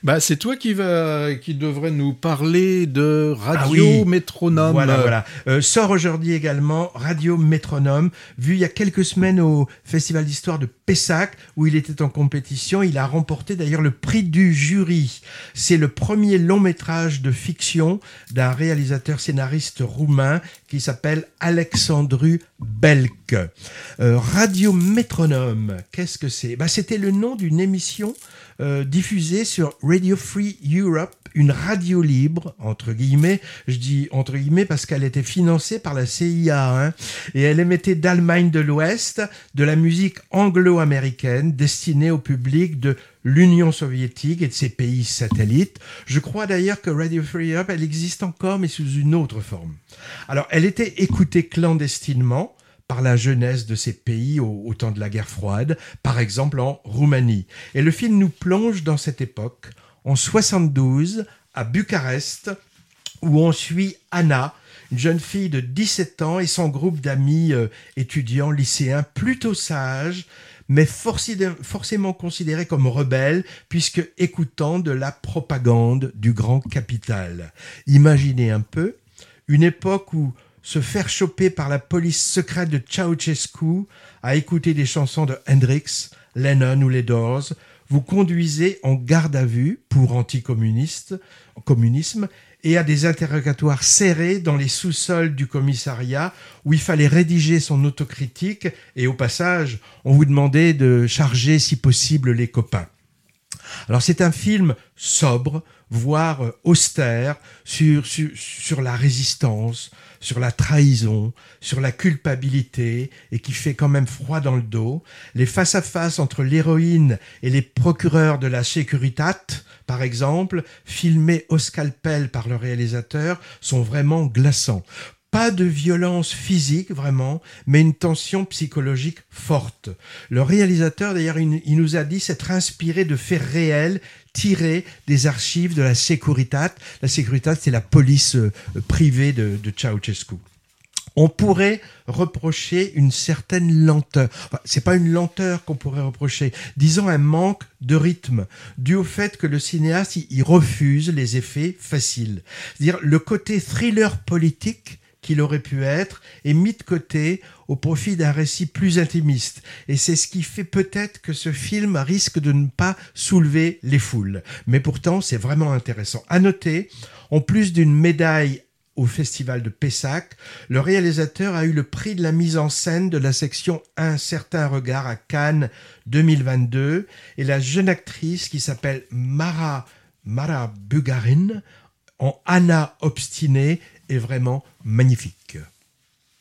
Bah, c'est toi qui devrait nous parler de Ah Radio oui, Métronome. voilà. Sort aujourd'hui également Radio Métronome, vu il y a quelques semaines au Festival d'Histoire de Pessac, où il était en compétition. Il a remporté d'ailleurs le prix du jury. C'est le premier long métrage de fiction d'un réalisateur scénariste roumain qui s'appelle Alexandru Belc. Radio Métronome, qu'est-ce que c'est? C'était le nom d'une émission diffusée sur Radio Free Europe, une radio libre, entre guillemets. Je dis entre guillemets parce qu'elle était financée par la CIA, et elle émettait d'Allemagne de l'Ouest de la musique anglo-américaine destinée au public de l'Union soviétique et de ses pays satellites. Je crois d'ailleurs que Radio Free Europe, elle existe encore, mais sous une autre forme. Alors, elle était écoutée clandestinement par la jeunesse de ces pays au temps de la guerre froide, par exemple en Roumanie. Et le film nous plonge dans cette époque, en 72, à Bucarest, où on suit Anna, une jeune fille de 17 ans et son groupe d'amis étudiants, lycéens, plutôt sages, mais forcément considérés comme rebelles, puisque écoutant de la propagande du grand capital. Imaginez un peu, une époque où se faire choper par la police secrète de Ceausescu à écouter des chansons de Hendrix, Lennon ou les Doors, vous conduisez en garde à vue pour anticommunisme et à des interrogatoires serrés dans les sous-sols du commissariat où il fallait rédiger son autocritique et au passage, on vous demandait de charger si possible les copains. Alors c'est un film sobre, voire austère, sur la résistance, sur la trahison, sur la culpabilité, et qui fait quand même froid dans le dos. Les face-à-face entre l'héroïne et les procureurs de la Securitat, par exemple, filmés au scalpel par le réalisateur, sont vraiment glaçants. Pas de violence physique, vraiment, mais une tension psychologique forte. Le réalisateur, d'ailleurs, il nous a dit s'être inspiré de faits réels tirés des archives de la Securitat. La Securitat, c'est la police privée de Ceausescu. On pourrait reprocher une certaine lenteur. Enfin, c'est pas une lenteur qu'on pourrait reprocher. Disons un manque de rythme, dû au fait que le cinéaste, il refuse les effets faciles. C'est-à-dire le côté thriller politique qu'il aurait pu être, est mis de côté au profit d'un récit plus intimiste. Et c'est ce qui fait peut-être que ce film risque de ne pas soulever les foules. Mais pourtant, c'est vraiment intéressant. À noter, en plus d'une médaille au festival de Pessac, le réalisateur a eu le prix de la mise en scène de la section Un certain regard à Cannes 2022, et la jeune actrice qui s'appelle Mara Bugarin, en Anna obstinée, est vraiment magnifique.